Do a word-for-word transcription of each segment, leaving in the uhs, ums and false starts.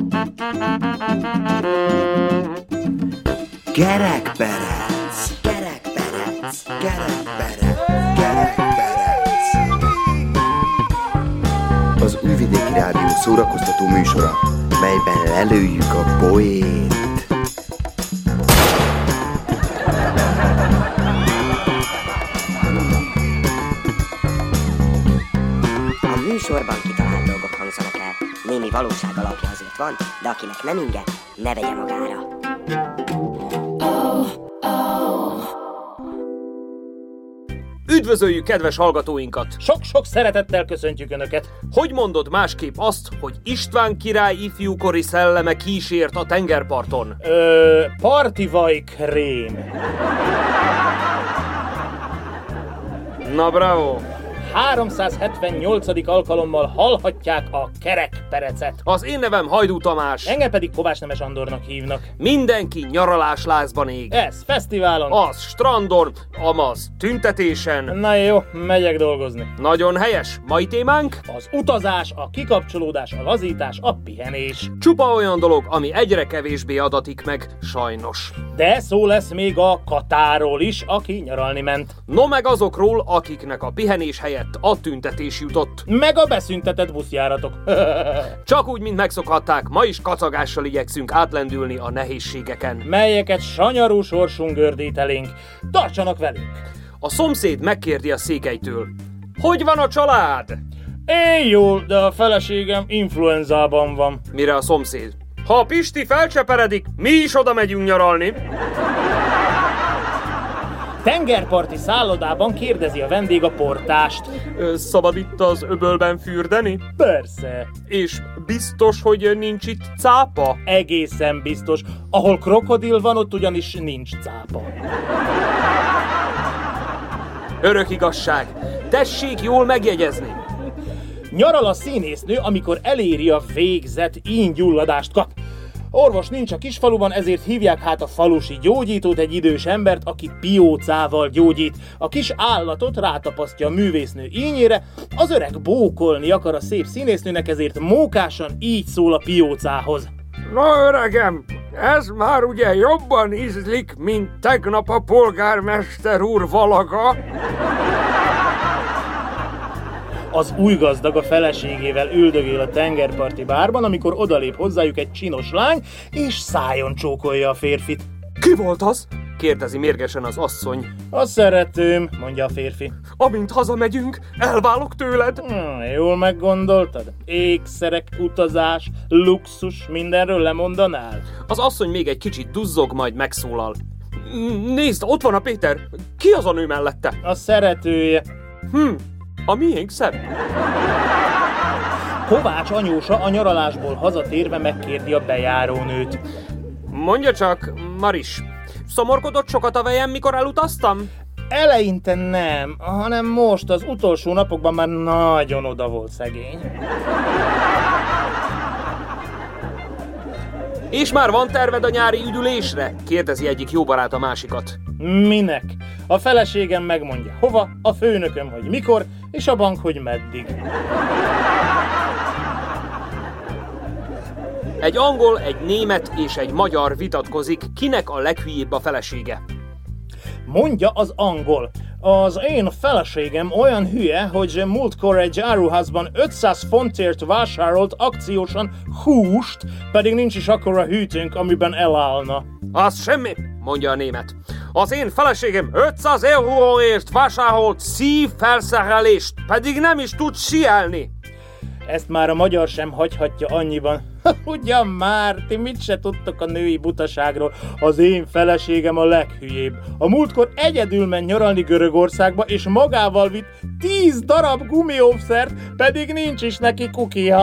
Kerekperec, kerekperec, kerekperec, kerekperec. Az Újvidéki Rádió szórakoztató műsora, melyben lelőjük a poént. A műsorban kitalált dolgok hangzanak el. Némi valóság alapja azért van, de akinek nem inge, ne vegye magára. Üdvözöljük kedves hallgatóinkat! Sok-sok szeretettel köszöntjük Önöket! Hogy mondod másképp azt, hogy István király ifjúkori szelleme kísért a tengerparton? Ö, partivaj krém. Na bravo! háromszázhetvennyolcadik alkalommal hallhatják a kerekperecet. Az én nevem Hajdú Tamás. Engem pedig Kovács Nemes Andornak hívnak. Mindenki nyaraláslázban ég. Ez fesztiválon. Az strandon, amaz tüntetésen. Na jó, megyek dolgozni. Nagyon helyes. Mai témánk? Az utazás, a kikapcsolódás, a lazítás, a pihenés. Csupa olyan dolog, ami egyre kevésbé adatik meg, sajnos. De szó lesz még a Katáról is, aki nyaralni ment. No meg azokról, akiknek a pihenés helyett a tüntetés jutott. Meg a beszüntetett buszjáratok. Csak úgy, mint megszokhatták, ma is kacagással igyekszünk átlendülni a nehézségeken. Melyeket sanyarú sorsunk gördít elénk. Tartsanak velünk! A szomszéd megkérdi a Székelytől: hogy van a család? Én jól, de a feleségem influenzában van. Mire a szomszéd: ha a Pisti felcseperedik, mi is oda megyünk nyaralni. Tengerparti szállodában kérdezi a vendég a portást. Ö, szabad itt az öbölben fürdeni? Persze. És biztos, hogy nincs itt cápa? Egészen biztos. Ahol krokodil van, ott ugyanis nincs cápa. Örök igazság. Tessék jól megjegyezni. Nyaral a színésznő, amikor eléri a végzet, íngyulladást kap. Orvos nincs a kisfaluban, ezért hívják hát a falusi gyógyítót, egy idős embert, aki piócával gyógyít. A kis állatot rátapasztja a művésznő ínyére, az öreg bókolni akar a szép színésznőnek, ezért mókásan így szól a piócához. Na öregem, ez már ugye jobban ízlik, mint tegnap a polgármester úr valaga. Az új gazdag a feleségével üldögél a tengerparti bárban, amikor odalép hozzájuk egy csinos lány, és szájon csókolja a férfit. Ki volt az? Kérdezi mérgesen az asszony. A szeretőm, mondja a férfi. Amint hazamegyünk, elválok tőled. Hmm, jól meggondoltad? Ékszerek, utazás, luxus, mindenről lemondanál? Az asszony még egy kicsit duzzog, majd megszólal. Nézd, ott van a Péter. Ki az a nő mellette? A szeretője. Hm, a miénk szebb. Kovács anyósa a nyaralásból hazatérve megkérdi a bejárónőt. Mondja csak, Maris, szomorkodott sokat a vejem, mikor elutaztam? Eleinte nem, hanem most az utolsó napokban már nagyon oda volt szegény. És már van terved a nyári üdülésre? Kérdezi egyik jó barát a másikat. Minek? A feleségem megmondja hova, a főnököm, hogy mikor, és a bank, hogy meddig. Egy angol, egy német és egy magyar vitatkozik, kinek a leghülyébb a felesége. Mondja az angol: az én feleségem olyan hülye, hogy múltkor egy áruházban ötszáz fontért vásárolt akciósan húst, pedig nincs is akkora hűtőnk, amiben elállna. Az semmi, mondja a német. Az én feleségem ötszáz euróért vásárolt szívfelszerelést, pedig nem is tud síelni. Ezt már a magyar sem hagyhatja annyiban. Ugyan már, ti mit se tudtok a női butaságról. Az én feleségem a leghülyébb. A múltkor egyedül ment nyaralni Görögországba, és magával vitt tíz darab gumióvszert, pedig nincs is neki kukia.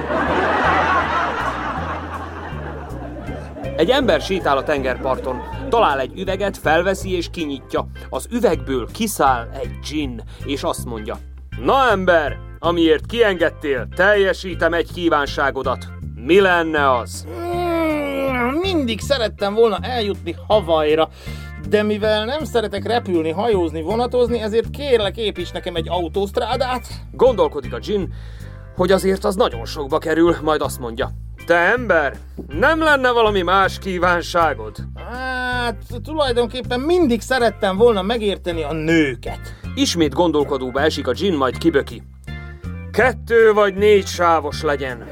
Egy ember sétál a tengerparton. Talál egy üveget, felveszi és kinyitja. Az üvegből kiszáll egy dzsinn, és azt mondja: na ember, amiért kiengedtél, teljesítem egy kívánságodat. Mi lenne az? Mm, mindig szerettem volna eljutni Havajra, de mivel nem szeretek repülni, hajózni, vonatozni, ezért kérlek, építs nekem egy autósztrádát. Gondolkodik a dzsinn, hogy azért az nagyon sokba kerül, majd azt mondja: Te ember, nem lenne valami más kívánságod? Hát, tulajdonképpen mindig szerettem volna megérteni a nőket. Ismét gondolkodóba esik a gin, majd kiböki. Kettő vagy négy sávos legyen.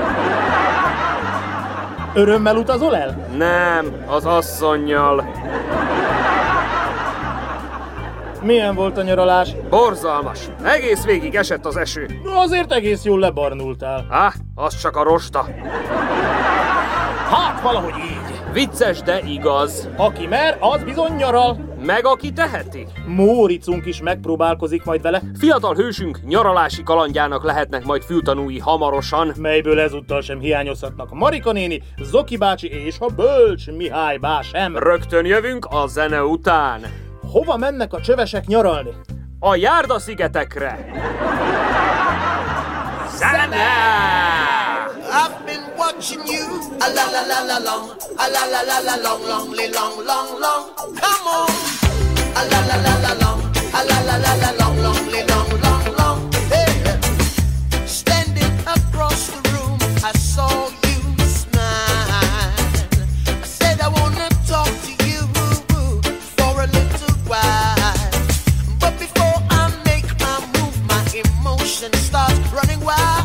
Örömmel utazol el? Nem, az asszonnyal. Milyen volt a nyaralás? Borzalmas. Egész végig esett az eső. No, azért egész jól lebarnultál. Á, az csak a rosta. Hát, valahogy így. Vicces, de igaz. Aki mer, az bizony nyaral. Meg aki teheti. Móricunk is megpróbálkozik majd vele. Fiatal hősünk nyaralási kalandjának lehetnek majd fültanúi hamarosan. Melyből ezúttal sem hiányozhatnak Marika néni, Zoki bácsi és a bölcs Mihály bá sem. Rögtön jövünk a zene után. Hova mennek a csövesek nyaralni? A Járda-szigetekre. Zene! I've been watching you, a la la la la long, a la la la la long, long, long, long, long. Come on, a la la la la long, a la la la la long, long, long, long, long. Hey, standing across the room, I saw you smile. I said I wanna talk to you for a little while, but before I make my move, my emotions start running wild.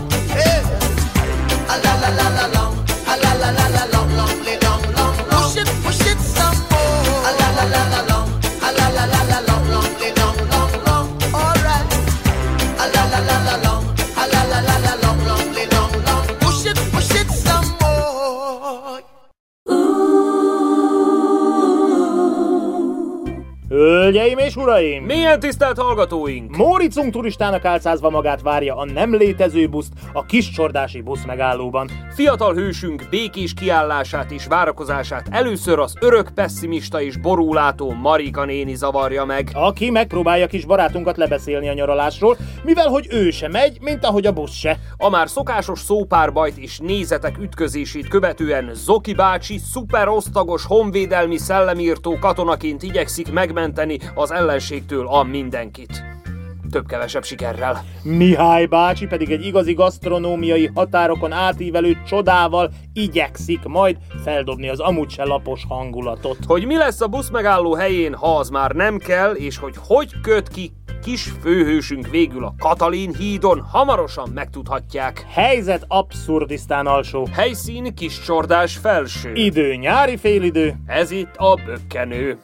Push it Hölgyeim és uraim! Milyen tisztelt hallgatóink! Móricunk turistának álcázva magát várja a nem létező buszt a kiscsordási buszmegállóban. Fiatal hősünk békés kiállását és várakozását először az örök pesszimista és borúlátó Marika néni zavarja meg. Aki megpróbálja kis barátunkat lebeszélni a nyaralásról, mivel hogy ő se megy, mint ahogy a busz se. A már szokásos szópárbajt és nézetek ütközését követően Zoki bácsi szuperosztagos honvédelmi szellemírtó katonaként igyekszik megmenteni az ellenségtől a mindenkit. Több-kevesebb sikerrel. Mihály bácsi pedig egy igazi gasztronómiai határokon átívelő csodával igyekszik majd feldobni az amúgy se lapos hangulatot. Hogy mi lesz a buszmegálló helyén, ha az már nem kell, és hogy hogy köt ki kis főhősünk végül a Katalin hídon, hamarosan megtudhatják. Helyzet abszurdisztán alsó. Helyszín Kiscsordás felső. Idő nyári félidő. Ez itt a Bökkenő.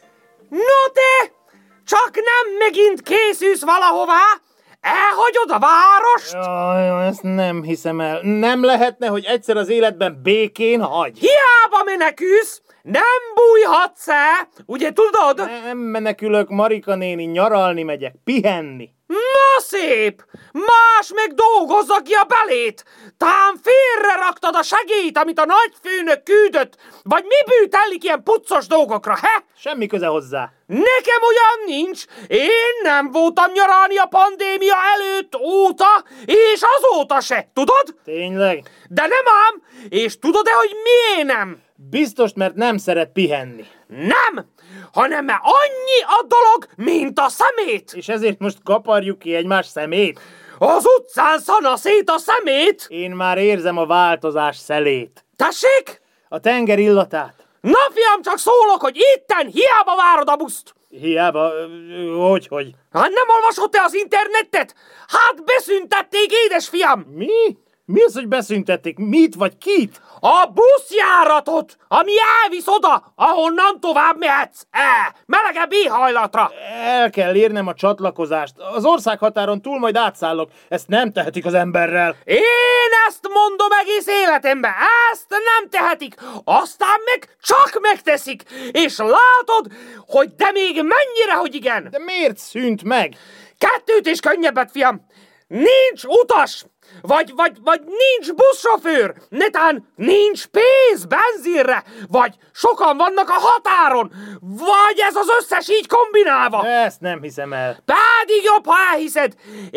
No te! Csak nem megint készülsz valahová? Elhagyod a várost? Jaj, ezt nem hiszem el. Nem lehetne, hogy egyszer az életben békén hagy? Hiába menekülsz, nem bújhatsz el, ugye tudod? Nem menekülök, Marika néni, nyaralni megyek, pihenni. Na szép! Más meg dolgozza ki a belét! Tán félre raktad a segélyt, amit a nagyfőnök küldött, vagy mi bűtellik ilyen puccos dolgokra, he? Semmi köze hozzá. Nekem olyan nincs, én nem voltam nyaralni a pandémia előtt óta, és azóta se, tudod? Tényleg? De nem ám, és tudod-e, hogy miért nem? Biztos, mert nem szeret pihenni. Nem, hanem mert annyi a dolog, mint a szemét. És ezért most kaparjuk ki egymás szemét? Az utcán szana szét a szemét. Én már érzem a változás szelét. Tessék? A tenger illatát. Na fiam, csak szólok, hogy itten hiába várod a buszt. Hiába, hogy, hogy? Hát nem olvasod te az internetet? Hát beszüntették, édesfiam. Mi? Mi az, hogy beszüntették? Mit vagy kit? A buszjáratot, ami elvisz oda, ahonnan tovább mehetsz. E, melegebb éhajlatra. El kell érnem a csatlakozást. Az országhatáron túl majd átszállok. Ezt nem tehetik az emberrel. Én ezt mondom egész életemben. Ezt nem tehetik. Aztán meg csak megteszik. És látod, hogy de még mennyire, hogy igen. De miért szűnt meg? Kettőt is könnyebbet, fiam. Nincs utas. Vagy, vagy, vagy nincs buszsofőr, netán nincs pénz benzinre, vagy sokan vannak a határon, vagy ez az összes így kombinálva. Ezt nem hiszem el. Pedig jobb, ha elhiszed.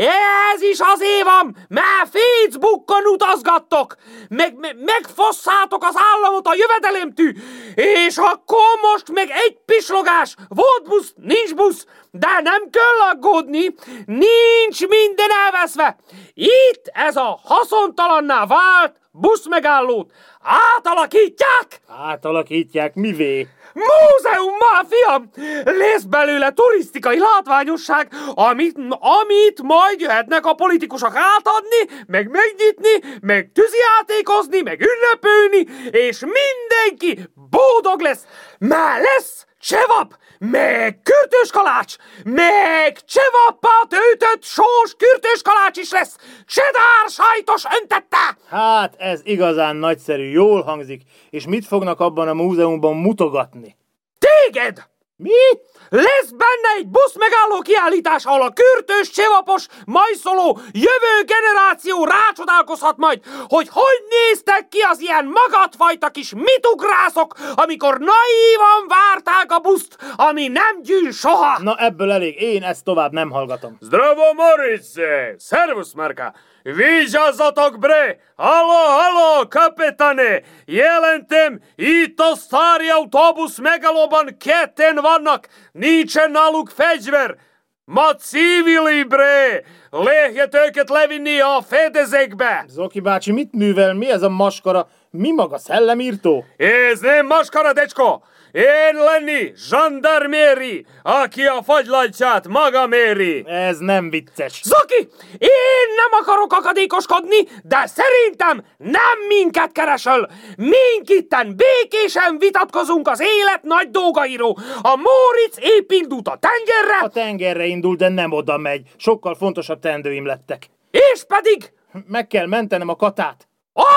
Ez is azért van, mert Facebookon utazgattok, meg, meg, megfosszátok az államot a jövedelemtű, és akkor most meg egy pislogás, volt busz, nincs busz, de nem kell aggódni, nincs minden elveszve. Itt ez a haszontalanná vált buszmegállót átalakítják. Átalakítják mivé? Múzeummal, fiam! Lesz belőle turisztikai látványosság, amit, amit majd jöhetnek a politikusok átadni, meg megnyitni, meg tűzijátékozni, meg ünnepülni, és mindenki boldog lesz, mert lesz csevap, meg kürtős kalács, meg csevappal töltött sós kürtős kalács is lesz, csedár sajtos öntette! Hát ez igazán nagyszerű, jól hangzik. És mit fognak abban a múzeumban mutogatni? Téged! Mi? Lesz benne egy buszmegálló kiállítás, ahol a kürtős, csevapos, majszoló, jövő generáció rácsodálkozhat majd, hogy hogy néztek ki az ilyen magatfajta kis mitugrászok, amikor naívan várták a buszt, ami nem gyűl soha. Na ebből elég, én ezt tovább nem hallgatom. Zdravo, Morice! Servus, Marka! Vigyázzatok, bre! Halló, halló, kapitane! Jelentem, itt a sztári autóbusz megállóban ketten vannak, nincsen náluk fegyver! Ma civili, bre! Lehet őket levinni a fedezékbe! Zoki bácsi, mit művel? Mi ez a maskara? Mi maga, szellemírtó? Ez nem maskara, decsko! Én lenni zsandarméri, aki a fagylaltját maga méri. Ez nem vicces. Zoki, én nem akarok akadékoskodni, de szerintem nem minket keresel. Mink itten békésen vitatkozunk az élet nagy dolgairól. A Móricz épp indult a tengerre. A tengerre indult, de nem oda megy. Sokkal fontosabb teendőim lettek. És pedig... Meg kell mentenem a Katát.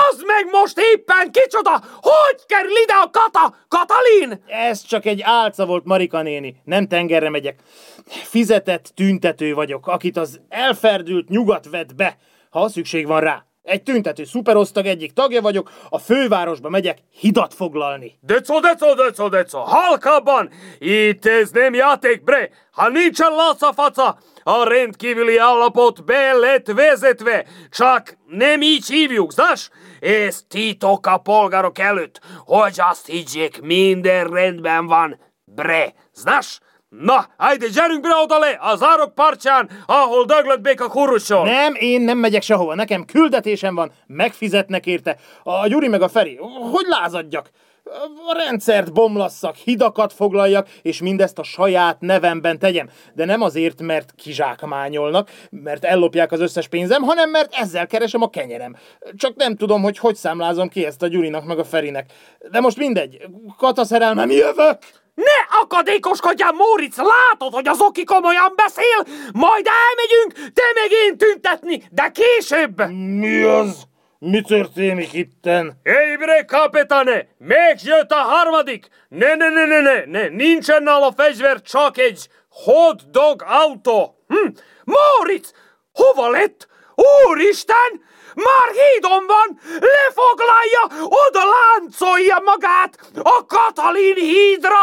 Az meg most éppen kicsoda? Hogy kerül ide a Kata? Katalin? Ez csak egy álca volt, Marika néni. Nem tengerre megyek. Fizetett tüntető vagyok, akit az elferdült nyugat vett be, ha szükség van rá. Egy tüntető szuperosztag egyik tagja vagyok, a fővárosba megyek hidat foglalni. Deco, deco, deco, deco, halkabban! Itt ez nem játék, bre! Ha nincsen lacafaca, a rendkívüli állapot be lett vezetve, csak nem így hívjuk, zás? Ez titok a polgárok előtt, hogy azt higgyék, minden rendben van, bre, zás? Na, hajde, gyerünk bre oda le, az árok partján, ahol döglött béka kurusol. Nem, én nem megyek sehova, nekem küldetésem van, megfizetnek érte. A Gyuri meg a Feri, hogy lázadjak? A rendszert bomlasszak, hidakat foglaljak, és mindezt a saját nevemben tegyem. De nem azért, mert kizsákmányolnak, mert ellopják az összes pénzem, hanem mert ezzel keresem a kenyerem. Csak nem tudom, hogy hogy számlázom ki ezt a Gyurinak meg a Ferinek. De most mindegy, Kata szerelmem, jövök! Ne akadékoskodjál, Móricz! Látod, hogy az oki komolyan beszél? Majd elmegyünk, te meg én tüntetni, de később! Mi az? Mi történik itten? Ébre, kapetane! Megjött a harmadik! Ne, ne, ne, ne, ne, ne, nincsen nála fegyver, csak egy hot dog autó! Hm. Móricz! Hova lett? Úristen! Már hídon van! Lefoglalja! Oda láncolja magát! A Katalin hídra!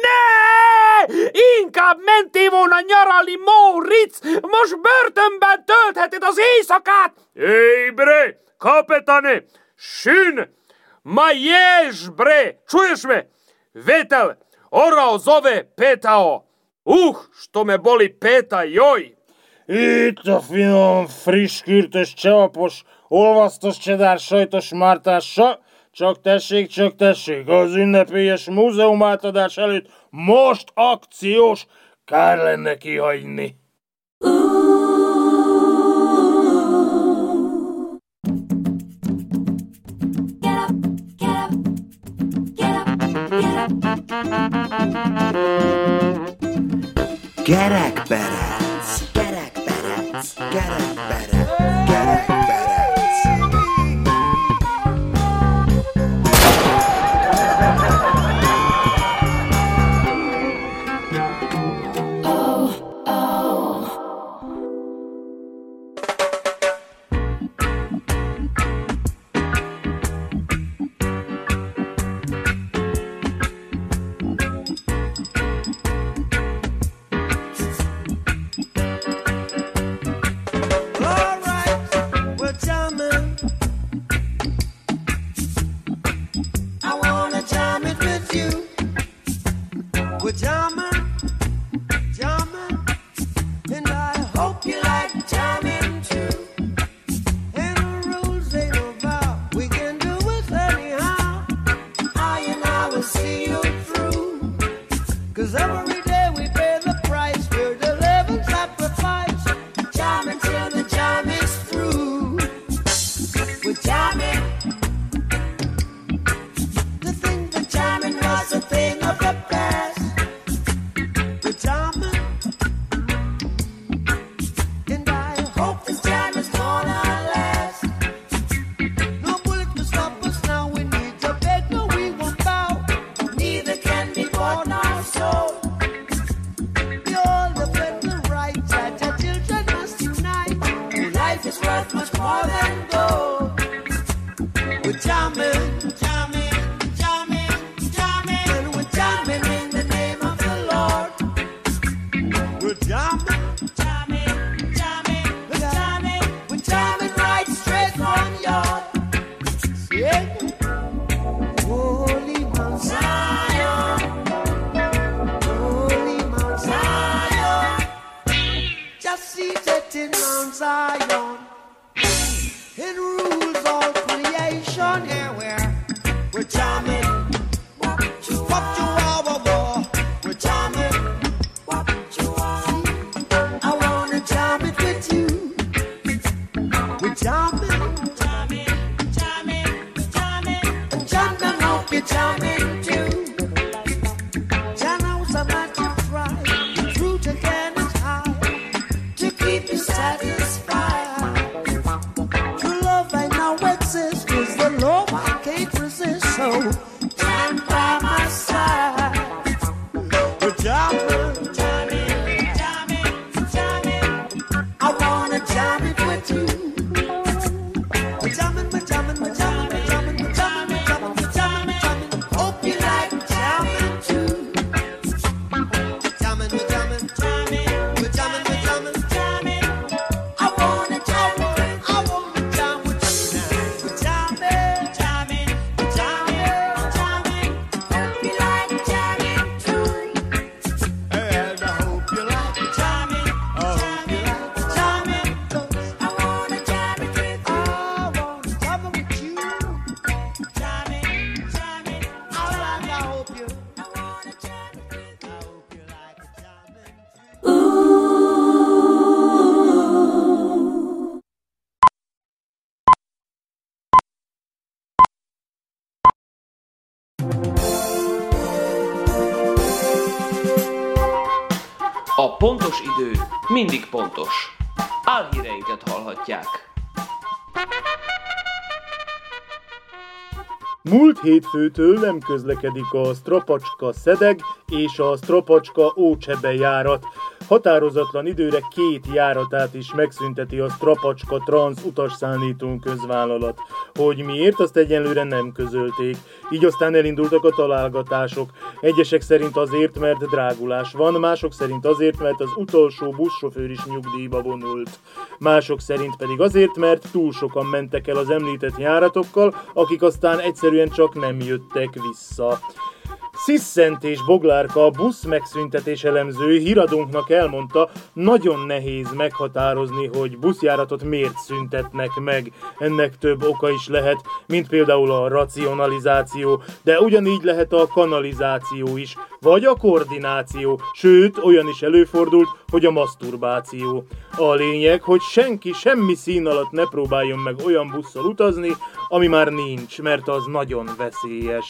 Ne! Inkább mentél volna nyaralni, Móricz! Most börtönben töltheted az éjszakát! Ébre! Kapetane! Schön! Ma jesz, bre! Čuješ me? Vetel! Orao zove Petao! Uh, što me boli peta, joj! Itt a finom, friss, kürtös, csavapos, olvasztos, csedár, sajtos, mártássa. Csak tessék, csak tessék, az ünnepélyes múzeum átadás előtt most akciós, kár lenne kihagyni. Gerekperec, gerekperec, gerekperec, gerekperec. Oh, oh. Zion, it rules all creation. low, I can't resist. So stand by my side. But jamming, jamming, jamming, jamming. I wanna jam it with you. Jamming, jamming, jamming, jamming, jamming, jamming, jamming, jamming. Hope you like jamming too. Jamming, jamming, jamming, jamming, jamming, jamming. I wanna jam, I wanna jam with you now. Jamming, jamming, jamming, jamming. Hope you like jamming too. And I hope you like jamming. I hope you like jamming. I wanna jam it with you. I wanna jam it with you. Jamming, jamming. All right, I hope you. I wanna jam it with you. I hope you like jamming too. A pontos idő mindig pontos. Álhíreinket hallhatják. Múlt hétfőtől nem közlekedik a Strapacska-Szedeg és a Strapacska-Ócsebe járat. Határozatlan időre két járatát is megszünteti a Strapacska Trans utasszállító közvállalat. Hogy miért, azt egyenlőre nem közölték. Így aztán elindultak a találgatások. Egyesek szerint azért, mert drágulás van, mások szerint azért, mert az utolsó buszsofőr is nyugdíjba vonult. Mások szerint pedig azért, mert túl sokan mentek el az említett járatokkal, akik aztán egyszerűen csak nem jöttek vissza. Sziszent és Boglárka, a busz megszüntetés elemző híradónknak elmondta, nagyon nehéz meghatározni, hogy buszjáratot miért szüntetnek meg. Ennek több oka is lehet, mint például a racionalizáció, de ugyanígy lehet a kanalizáció is, vagy a koordináció, sőt, olyan is előfordult, hogy a maszturbáció. A lényeg, hogy senki semmi szín alatt ne próbáljon meg olyan busszal utazni, ami már nincs, mert az nagyon veszélyes.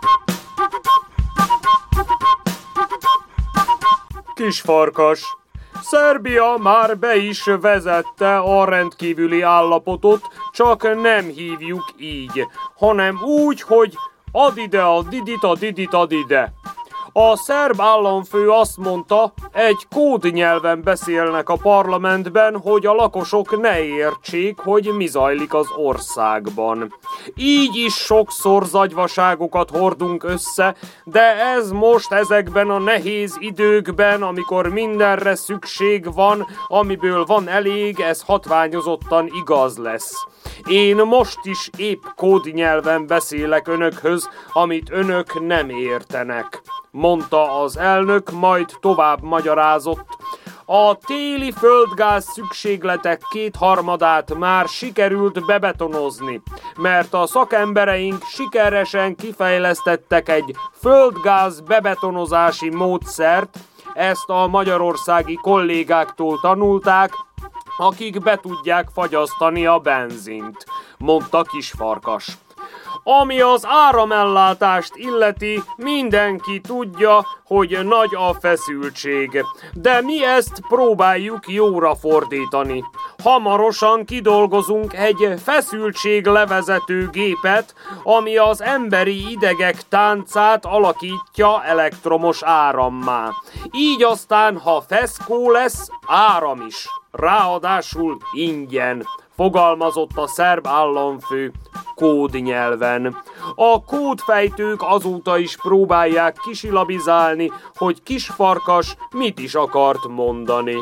Kisfarkas. Szerbia már be is vezette a rendkívüli állapotot, csak nem hívjuk így, hanem úgy, hogy add ide a didit, a didit, add ide. A szerb államfő azt mondta, egy kódnyelven beszélnek a parlamentben, hogy a lakosok ne értsék, hogy mi zajlik az országban. Így is sokszor zagyvaságokat hordunk össze, de ez most ezekben a nehéz időkben, amikor mindenre szükség van, amiből van elég, ez hatványozottan igaz lesz. Én most is épp kódnyelven beszélek önökhöz, amit önök nem értenek, mondta az elnök, majd tovább magyarázott. A téli földgáz szükségletek kétharmadát már sikerült bebetonozni, mert a szakembereink sikeresen kifejlesztettek egy földgáz bebetonozási módszert, ezt a magyarországi kollégáktól tanulták, akik be tudják fagyasztani a benzint, mondta Kisfarkas. Ami az áramellátást illeti, mindenki tudja, hogy nagy a feszültség, de mi ezt próbáljuk jóra fordítani. Hamarosan kidolgozunk egy feszültséglevezető gépet, ami az emberi idegek táncát alakítja elektromos árammá. Így aztán, ha feszkó lesz, áram is. Ráadásul ingyen, fogalmazott a szerb államfő kódnyelven. A kódfejtők azóta is próbálják kisilabizálni, hogy Kisfarkas mit is akart mondani.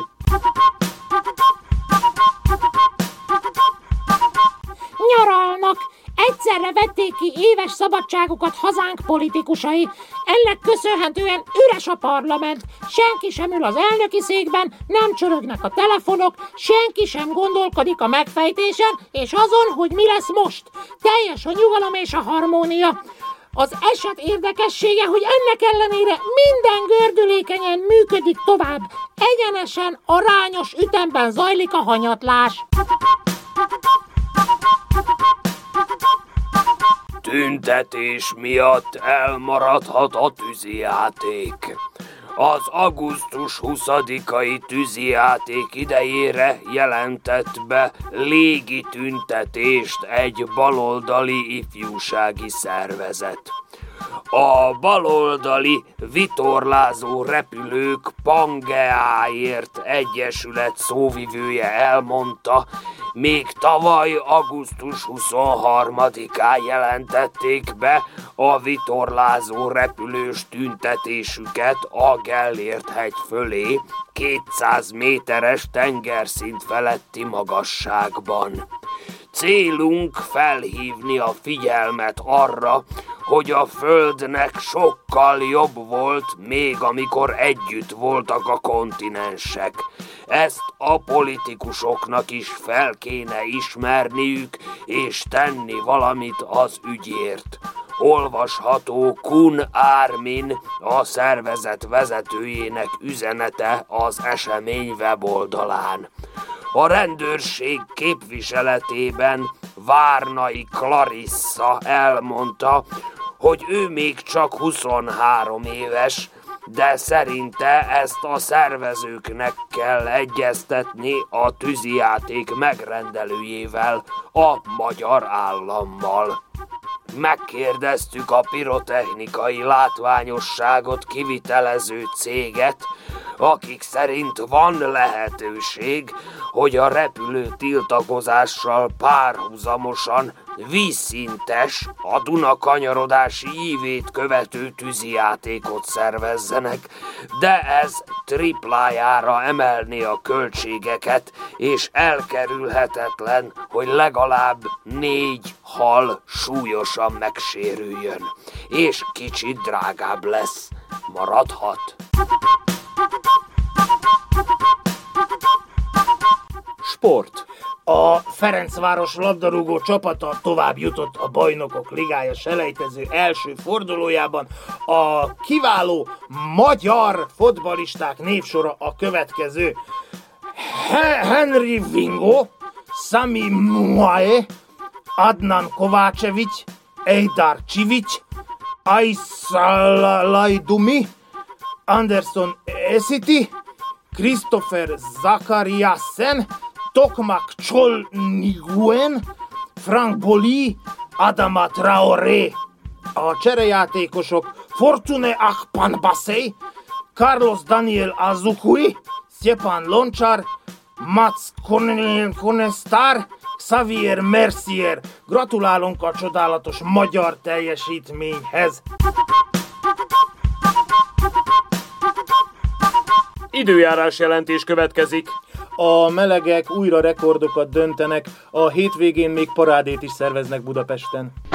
Nyaralnak! Egyszerre vették ki éves szabadságukat hazánk politikusai. Ennek köszönhetően üres a parlament. Senki sem ül az elnöki székben, nem csörögnek a telefonok, senki sem gondolkodik a megfejtésen, és azon, hogy mi lesz most. Teljes a nyugalom és a harmónia. Az eset érdekessége, hogy ennek ellenére minden gördülékenyen működik tovább. Egyenesen, arányos ütemben zajlik a hanyatlás. Tüntetés miatt elmaradhat a tűzijáték. az augusztus huszadikai tűzijáték idejére jelentett be légi tüntetést egy baloldali ifjúsági szervezet. A baloldali vitorlázó repülők Pangeáért Egyesület szóvivője elmondta, még tavaly augusztus huszonharmadikán jelentették be a vitorlázó repülős tüntetésüket a Gellért-hegy fölé, kétszáz méteres tengerszint feletti magasságban. Célunk felhívni a figyelmet arra, hogy a Földnek sokkal jobb volt, még amikor együtt voltak a kontinensek. Ezt a politikusoknak is fel kéne ismerniük, és tenni valamit az ügyért. Olvasható Kun Ármin, a szervezet vezetőjének üzenete az esemény weboldalán. A rendőrség képviseletében Várnai Clarissa elmondta, hogy ő még csak huszonhárom éves, de szerinte ezt a szervezőknek kell egyeztetni a tűzijáték megrendelőjével, a magyar állammal. Megkérdeztük a pirotechnikai látványosságot kivitelező céget, akik szerint van lehetőség, hogy a repülő tiltakozással párhuzamosan vízszintes, a Duna kanyarodási ívét követő tűzijátékot szervezzenek, de ez triplájára emelni a költségeket, és elkerülhetetlen, hogy legalább négy hal súlyosan megsérüljön, és kicsit drágább lesz, maradhat. Sport. A Ferencváros labdarúgó csapata tovább jutott a Bajnokok Ligája selejtező első fordulójában. A kiváló magyar fotbalisták névsora a következő: Henry Vingo, Sami Muae, Adnan Kovácsevics, Ejdar Csivics, Aysalajdumi, Anderson Esiti, Christopher Zakariasen, Tokmak Csolniguen, Frank Boli, Adama Traoré. A cserejátékosok Fortune Akpanbasei, Carlos Daniel Azukui, Sztyepan Loncsár, Mats Konestar, Xavier Mercier. Gratulálunk a csodálatos magyar teljesítményhez! Időjárás jelentés következik. A melegek újra rekordokat döntenek, a hétvégén még parádét is szerveznek Budapesten.